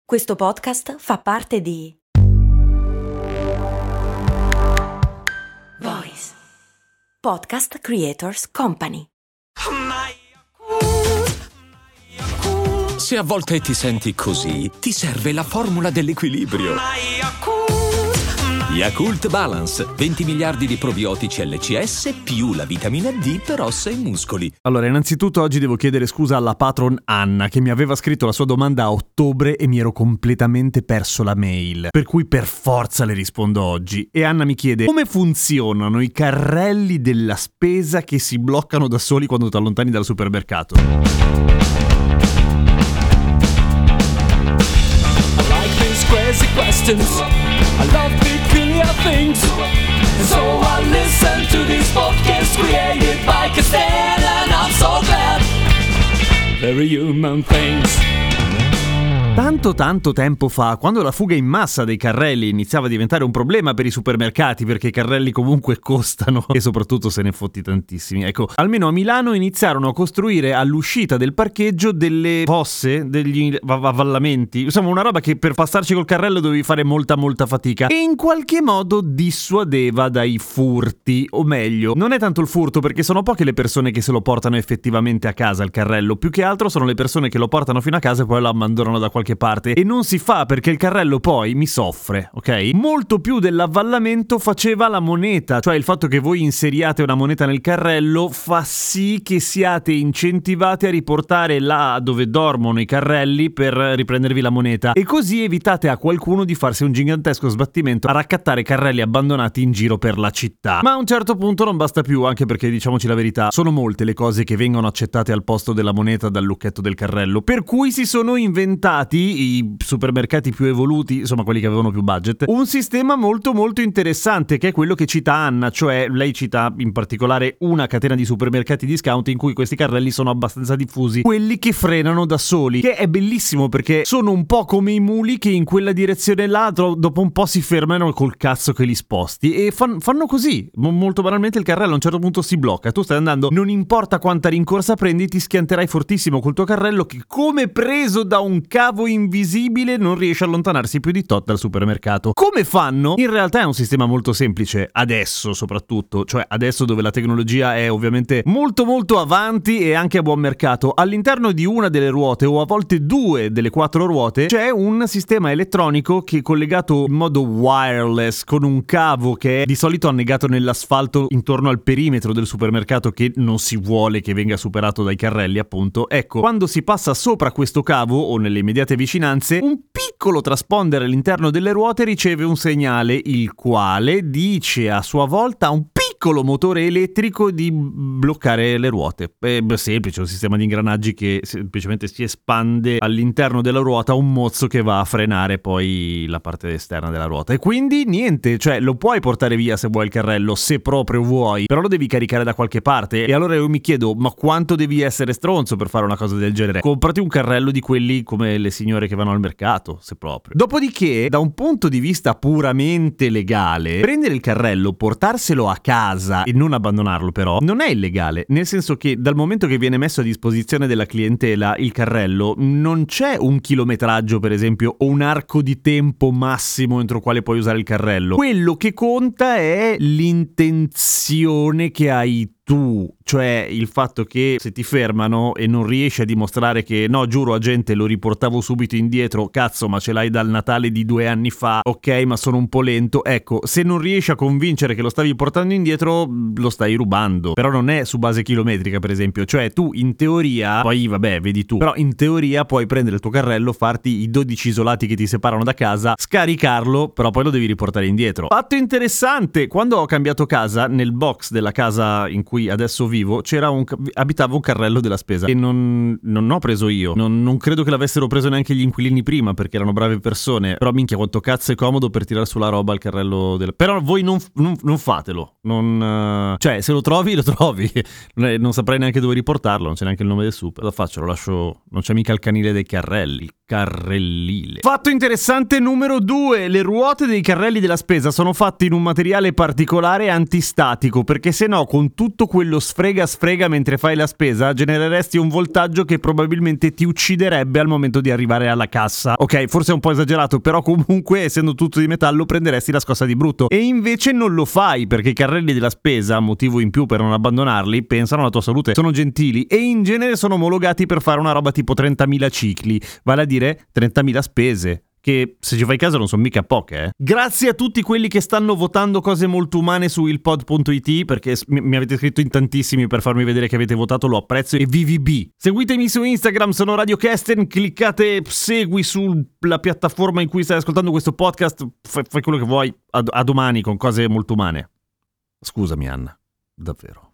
Questo podcast fa parte di Voice Podcast Creators Company. Se a volte ti senti così, ti serve la formula dell'equilibrio. Yakult Balance, 20 miliardi di probiotici LCS più la vitamina D per ossa e muscoli. Allora, innanzitutto oggi devo chiedere scusa alla patron Anna, che mi aveva scritto la sua domanda a ottobre e mi ero completamente perso la mail, per cui per forza le rispondo oggi. E Anna mi chiede: come funzionano i carrelli della spesa che si bloccano da soli quando ti allontani dal supermercato? Crazy questions. I love peculiar things, and so I listen to this podcast created by Castell, and I'm so glad. Very human things. Tanto tempo fa, quando la fuga in massa dei carrelli iniziava a diventare un problema per i supermercati, perché i carrelli comunque costano e soprattutto se ne fotti tantissimi, ecco, almeno a Milano iniziarono a costruire all'uscita del parcheggio delle fosse, degli avvallamenti, insomma una roba che per passarci col carrello dovevi fare molta fatica, e in qualche modo dissuadeva dai furti, o meglio, non è tanto il furto, perché sono poche le persone che se lo portano effettivamente a casa il carrello, più che altro sono le persone che lo portano fino a casa e poi lo abbandonano da qualche parte, e non si fa perché il carrello poi mi soffre, ok? Molto più dell'avvallamento faceva la moneta, cioè il fatto che voi inseriate una moneta nel carrello fa sì che siate incentivati a riportare là dove dormono i carrelli per riprendervi la moneta, e così evitate a qualcuno di farsi un gigantesco sbattimento a raccattare carrelli abbandonati in giro per la città. Ma a un certo punto non basta più, anche perché, diciamoci la verità, sono molte le cose che vengono accettate al posto della moneta dal lucchetto del carrello, per cui si sono inventati i supermercati più evoluti, insomma quelli che avevano più budget, un sistema molto interessante, che è quello che cita Anna, cioè lei cita in particolare una catena di supermercati discount in cui questi carrelli sono abbastanza diffusi, quelli che frenano da soli, che è bellissimo perché sono un po' come i muli che in quella direzione là dopo un po' si fermano col cazzo che li sposti, e fanno così, molto banalmente il carrello a un certo punto si blocca, tu stai andando, non importa quanta rincorsa prendi, ti schianterai fortissimo col tuo carrello che, come preso da un cavo invisibile, non riesce a allontanarsi più di tot dal supermercato. Come fanno? In realtà è un sistema molto semplice, adesso soprattutto, cioè adesso dove la tecnologia è ovviamente molto avanti e anche a buon mercato. All'interno di una delle ruote, o a volte due delle quattro ruote, c'è un sistema elettronico che è collegato in modo wireless con un cavo che è di solito annegato nell'asfalto intorno al perimetro del supermercato, che non si vuole che venga superato dai carrelli, appunto. Ecco, quando si passa sopra questo cavo o nelle immediate vicinanze, un piccolo transponder all'interno delle ruote riceve un segnale, il quale dice a sua volta a un piccolo motore elettrico di bloccare le ruote. È semplice, un sistema di ingranaggi che semplicemente si espande all'interno della ruota, un mozzo che va a frenare poi la parte esterna della ruota, e quindi niente, cioè lo puoi portare via se vuoi il carrello, se proprio vuoi, però lo devi caricare da qualche parte. E allora io mi chiedo, ma quanto devi essere stronzo per fare una cosa del genere? Comprati un carrello di quelli come le signore che vanno al mercato, se proprio. Dopodiché, da un punto di vista puramente legale, prendere il carrello, portarselo a casa e non abbandonarlo, però non è illegale, nel senso che dal momento che viene messo a disposizione della clientela il carrello, non c'è un chilometraggio, per esempio, o un arco di tempo massimo entro quale puoi usare il carrello. Quello che conta è l'intenzione che hai tu, cioè il fatto che se ti fermano e non riesci a dimostrare che no, giuro agente, lo riportavo subito indietro, cazzo, ma ce l'hai dal Natale di 2 anni fa, ok, ma sono un po' lento, ecco, se non riesci a convincere che lo stavi portando indietro, lo stai rubando. Però non è su base chilometrica, per esempio, cioè tu in teoria, poi vabbè, vedi tu, però in teoria puoi prendere il tuo carrello, farti i 12 isolati che ti separano da casa, scaricarlo, però poi lo devi riportare indietro. Fatto interessante, quando ho cambiato casa, nel box della casa in cui adesso vivo abitava un carrello della spesa e non ho preso io, non credo che l'avessero preso neanche gli inquilini prima, perché erano brave persone, però minchia quanto cazzo è comodo per tirare sulla roba il carrello però voi non fatelo, cioè se lo trovi non saprei neanche dove riportarlo, non c'è neanche il nome del super, lo faccio, lo lascio, non c'è mica il canile dei carrelli, il carrellile. Fatto interessante numero 2, le ruote dei carrelli della spesa sono fatte in un materiale particolare antistatico, perché se no con tutto quello sfrega mentre fai la spesa, genereresti un voltaggio che probabilmente ti ucciderebbe al momento di arrivare alla cassa. Ok, forse è un po' esagerato, però comunque, essendo tutto di metallo, prenderesti la scossa di brutto. E invece non lo fai, perché i carrelli della spesa, motivo in più per non abbandonarli, pensano alla tua salute, sono gentili e in genere sono omologati per fare una roba tipo 30.000 cicli, vale a dire 30.000 spese. Che se ci fai caso non sono mica poche, Grazie a tutti quelli che stanno votando cose molto umane su ilpod.it, perché mi avete scritto in tantissimi per farmi vedere che avete votato, lo apprezzo, e VVB. Seguitemi su Instagram, sono Radio Kesten, cliccate segui sulla piattaforma in cui stai ascoltando questo podcast, fai quello che vuoi, a domani con cose molto umane. Scusami Anna, davvero.